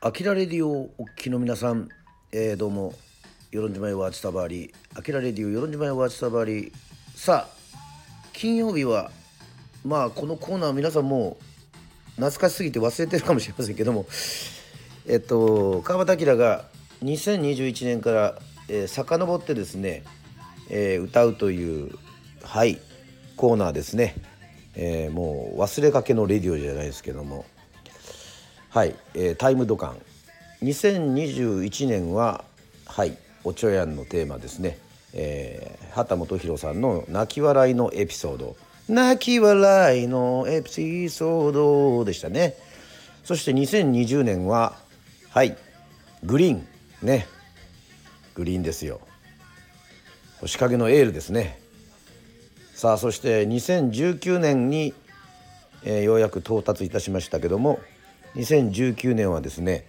アキラレディオをお聞きの皆さん、どうもよろんじまいワーチタバーリアキラレディオよろんじまいワーチタバーリ。さあ金曜日はこのコーナー皆さんもう懐かしすぎて忘れてるかもしれませんけども、川端明が2021年から、遡ってですね、歌うというコーナーですね。もう忘れかけのレディオじゃないですけども、タイムドカン2021年はおちょやんのテーマですね。畑基博さんの泣き笑いのエピソード、泣き笑いのエピソードでしたね。そして2020年はグリーンね、グリーンですよ。星影のエールですね。さあそして2019年に、ようやく到達いたしましたけども、2019年はですね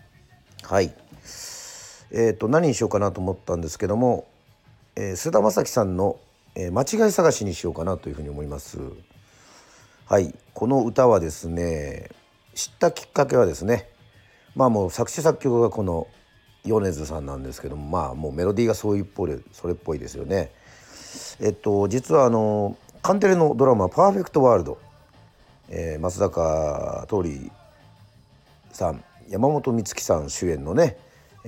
何にしようかなと思ったんですけども、菅田将暉さんの、間違い探しにしようかなというふうに思います。この歌はですね、知ったきっかけはですね、もう作詞作曲がこの米津さんなんですけども、もうメロディーがそれっぽいですよね。実はカンテレのドラマパーフェクトワールド、松坂桃李さん、山本美月さん主演のね、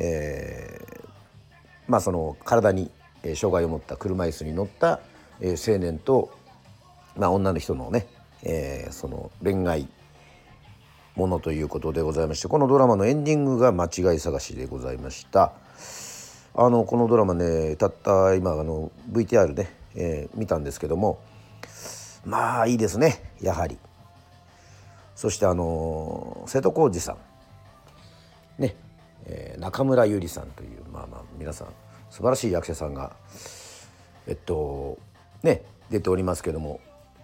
その体に障害を持った車椅子に乗った、青年と、女の人のね、その恋愛ものということでございまして、このドラマのエンディングが間違い探しでございました。このドラマね、たった今VTR ね、見たんですけども、いいですね、やはり。そして瀬戸康史さんね、中村ゆりさんという皆さん素晴らしい役者さんが出ておりますけども、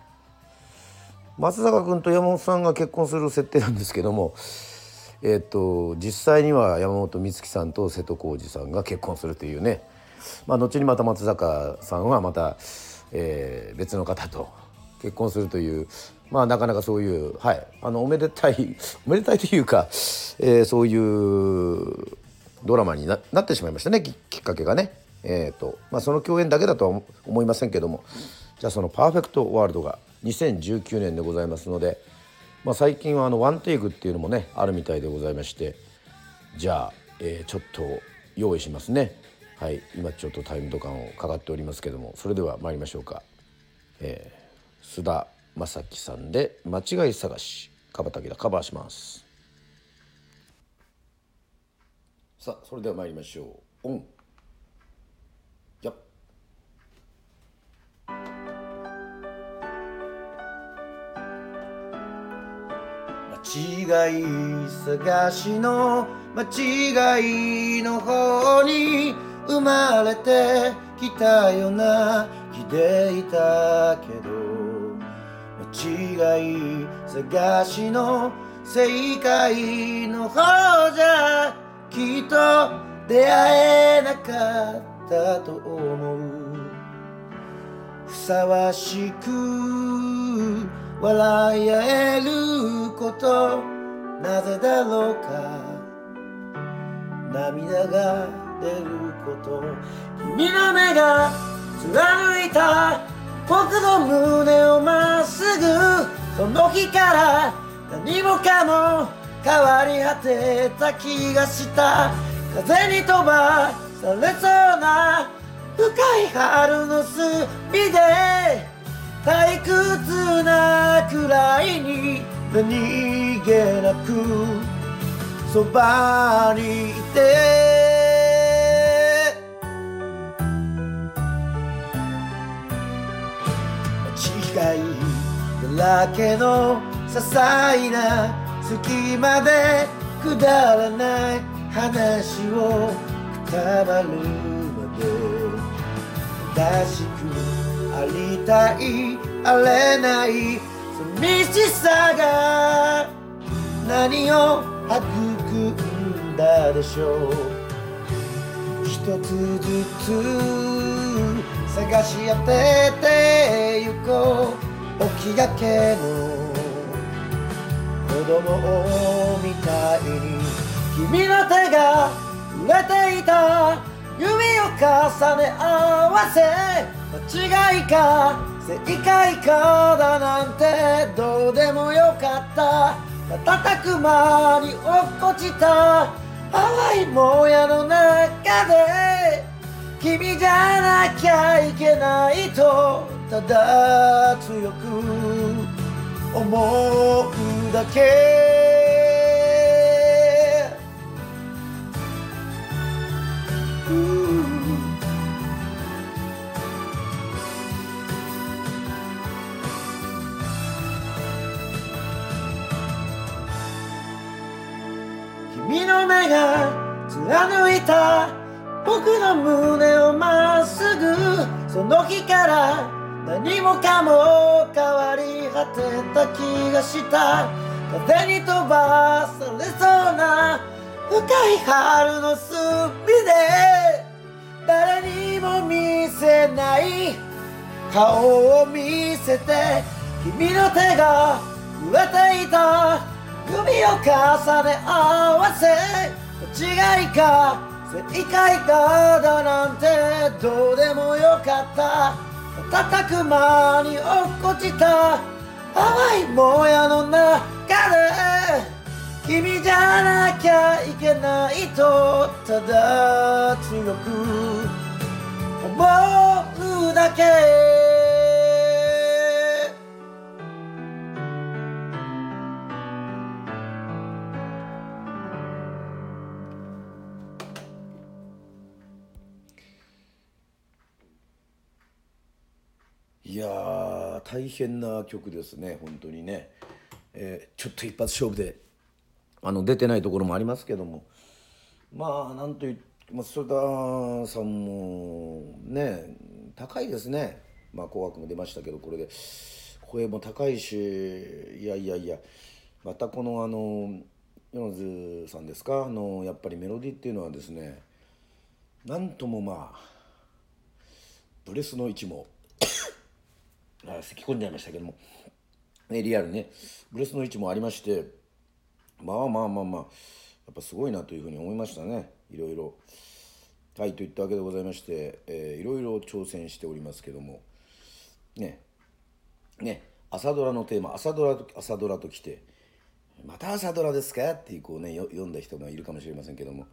松坂君と山本さんが結婚する設定なんですけども、実際には山本美月さんと瀬戸康史さんが結婚するというね、後にまた松坂さんはまた、別の方と結婚するという、なかなかそういう、おめでたいというか、そういうドラマに なってしまいましたね、きっかけがね。その共演だけだとは思いませんけども、じゃあそのパーフェクトワールドが2019年でございますので、最近はワンテイクっていうのもねあるみたいでございまして、じゃあ、ちょっと用意しますね。今ちょっとタイムドカンをかかっておりますけども、それでは参りましょうか。菅田将暉さんで間違い探し、川端明カバーします。さあそれでは参りましょう。オンやっ間違い探しの間違いの方に生まれてきたような気でいたけど、間違い探しの正解の方じゃきっと出会えなかったと思う。ふさわしく笑い合えること、なぜだろうか。涙が出ること、君の目が貫いた僕の胸をまっすぐ、その日から何もかも変わり果てた気がした。風に飛ばされそうな深い春の隅で、退屈なくらいに何気なくそばにいて、間違いだらけの些細な隙間でくだらない話をくたばるまで、正しくありたいあれない寂しさが何を育んだでしょう。一つずつ探し当ててゆこう、起きがけの子供みたいに君の手が触れていた指を重ね合わせ間違いか正解かだなんてどうでもよかった瞬く間に落っこちた淡いもやの中で君じゃなきゃいけないとただ強く思うだけ君の目が貫いた僕の胸をまっすぐその日から何もかも変わり果てた気がした風に飛ばされそうな深い春の隅で誰にも見せない顔を見せて君の手が触れていた指を重ね合わせ間違いか正解かだなんてどうでもよかった瞬く間に落っこちた淡いもやの中で君じゃなきゃいけないとただ強く思うだけいやー大変な曲ですね本当にね、ちょっと一発勝負で出てないところもありますけどもまあなんといってソルダーさんもね高いですねまあ紅白も出ましたけどこれで声も高いしいやまたこの米津さんですかやっぱりメロディーっていうのはですねなんともまあブレスの位置も咳込んじゃいましたけども、リアルねブレスの位置もありましてまあやっぱすごいなというふうに思いましたねいろいろはいといったわけでございまして、いろいろ挑戦しておりますけどもね朝ドラのテーマ朝ドラときてまた朝ドラですかっていうこうね読んだ人がいるかもしれませんけども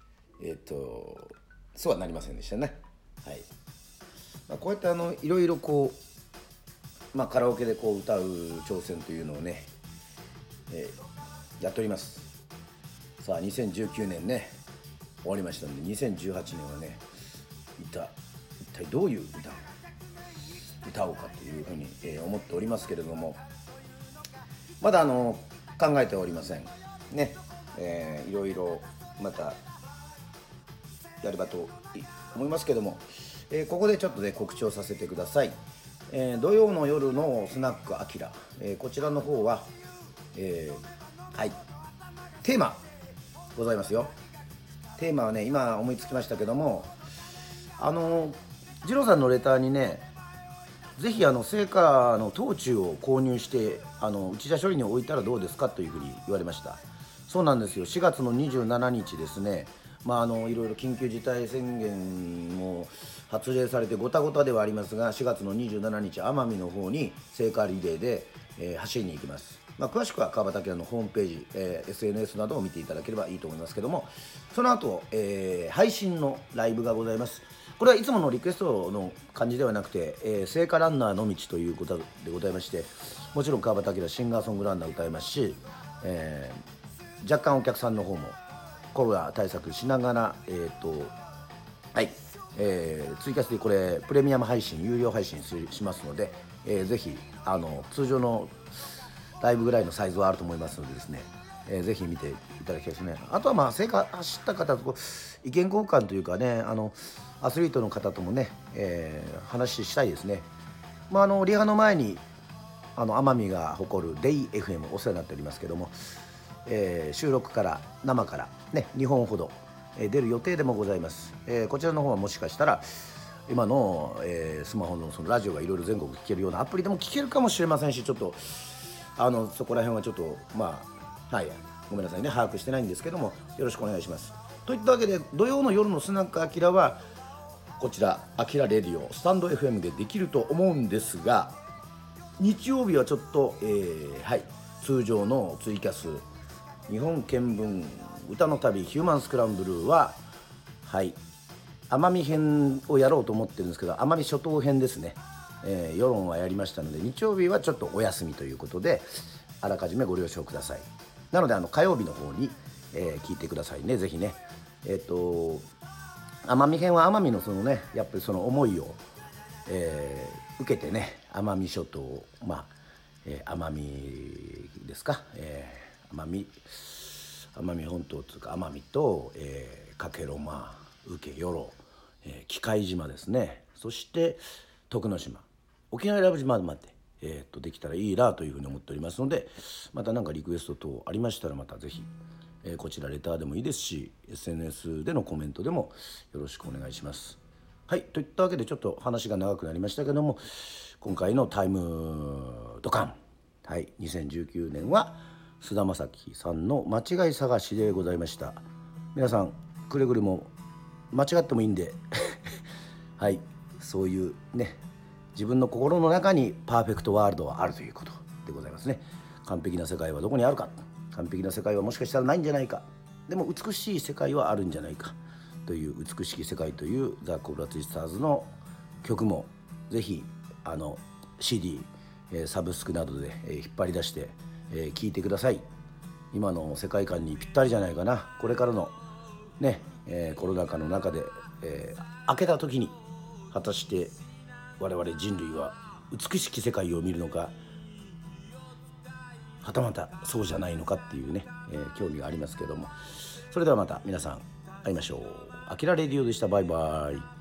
そうはなりませんでしたねはい、こうやっていろいろこうカラオケでこう歌う挑戦というのをね、やっております。さあ2019年ね終わりましたので2018年はね一体どういう歌おうかというふうに、思っておりますけれどもまだ考えておりませんね、いろいろまたやればと思いますけども、ここでちょっとね告知をさせてください。土曜の夜のスナックアキラ、こちらの方は、はいテーマございますよ。テーマはね今思いつきましたけども二郎さんのレターにねぜひ聖火のトーチを購入して内車処理に置いたらどうですかというふうに言われました。そうなんですよ4月の27日ですねいろいろ緊急事態宣言も発令されてごたごたではありますが4月の27日奄美の方に聖火リレーで、走りに行きます。詳しくは川端明のホームページ、SNS などを見ていただければいいと思いますけどもその後、配信のライブがございます。これはいつものリクエストの感じではなくて、聖火ランナーの道ということでございましてもちろん川端明シンガーソングランナー歌いますし、若干お客さんの方もコロナ対策しながらはい、ツイキャスでこれプレミアム配信有料配信しますので、ぜひ通常のライブぐらいのサイズはあると思いますのでですね、ぜひ見ていただきたいですね。あとは聖火走った方と意見交換というかねアスリートの方ともね、話したいですね。リハの前に奄美が誇るデイ FM お世話になっておりますけども、収録から生からね2本ほど出る予定でもございます。こちらの方はもしかしたら今の、スマホのそのラジオがいろいろ全国聞けるようなアプリでも聞けるかもしれませんしちょっとそこら辺はちょっとはいごめんなさいね、把握してないんですけども、よろしくお願いします。といったわけで、土曜の夜のスナックアキラはこちらアキラレディオスタンド FM でできると思うんですが、日曜日はちょっと、通常のツイキャス日本見聞歌の旅ヒューマンスクランブルは奄美編をやろうと思ってるんですけど、奄美諸島編ですね、世論はやりましたので、日曜日はちょっとお休みということで、あらかじめご了承ください。なので火曜日の方に、聞いてくださいね、ぜひね。奄美編は奄美のそのね、やっぱりその思いを、受けてね、奄美諸島、奄美ですか、奄美本島というか奄美と、加計呂麻、請け与呂、喜界島ですね、そして徳之島、沖縄選ぶ島まで、できたらいいなというふうに思っておりますので、また何かリクエスト等ありましたらまたぜひ、こちらレターでもいいですし SNS でのコメントでもよろしくお願いします。はい、といったわけでちょっと話が長くなりましたけども、今回のタイムドカン、2019年は菅田将暉さんの間違い探しでございました。皆さんくれぐれも間違ってもいいんでそういうね、自分の心の中にパーフェクトワールドはあるということでございますね。完璧な世界はどこにあるか、完璧な世界はもしかしたらないんじゃないか、でも美しい世界はあるんじゃないかという、美しき世界というザ・コブラツイスターズの曲もぜひCD、サブスクなどで、引っ張り出して聴いてください。今の世界観にぴったりじゃないかな。これからのね、コロナ禍の中で、明けた時に果たして我々人類は美しき世界を見るのか、はたまたそうじゃないのかっていうね、興味がありますけども、それではまた皆さん会いましょう。アキラレディオでした。バイバイ。